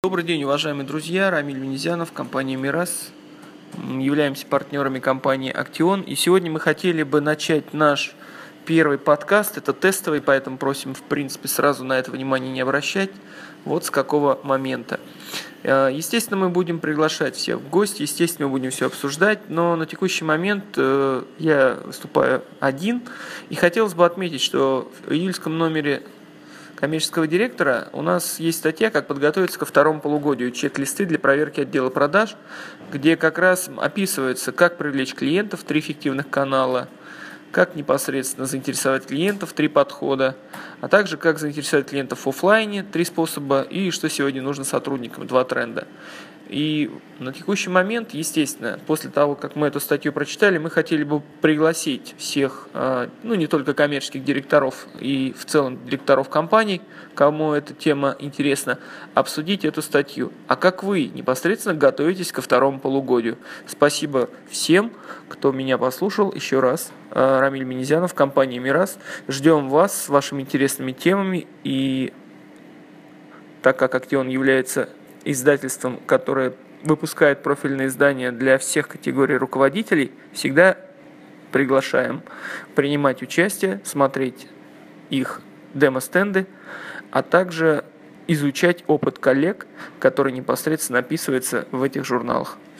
Добрый день, уважаемые друзья, Рамиль Минезянов, компания Мирас. Являемся партнерами компании Актион. И сегодня мы хотели бы начать наш первый подкаст. Это тестовый, поэтому просим, в принципе, сразу на это внимание не обращать. Вот с какого момента. Естественно, мы будем приглашать всех в гости, естественно, мы будем все обсуждать, но на текущий момент я выступаю один. И хотелось бы отметить, что в июльском номере коммерческого директора у нас есть статья «Как подготовиться ко второму полугодию. Чек-листы для проверки отдела продаж», где как раз описывается, как привлечь клиентов, 3 эффективных канала, как непосредственно заинтересовать клиентов, 3 подхода, а также как заинтересовать клиентов в офлайне, 3 способа, и что сегодня нужно сотрудникам, 2 тренда. И на текущий момент, естественно, после того, как мы эту статью прочитали, мы хотели бы пригласить всех, не только коммерческих директоров и в целом директоров компаний, кому эта тема интересна, обсудить эту статью. А как вы непосредственно готовитесь ко второму полугодию? Спасибо всем, кто меня послушал. Еще раз, Рамиль Минезянов, компания Мирас. Ждем вас с вашими интересными темами. И так как Актион является издательством, которое выпускает профильные издания для всех категорий руководителей, всегда приглашаем принимать участие, смотреть их демо-стенды, а также изучать опыт коллег, который непосредственно описывается в этих журналах.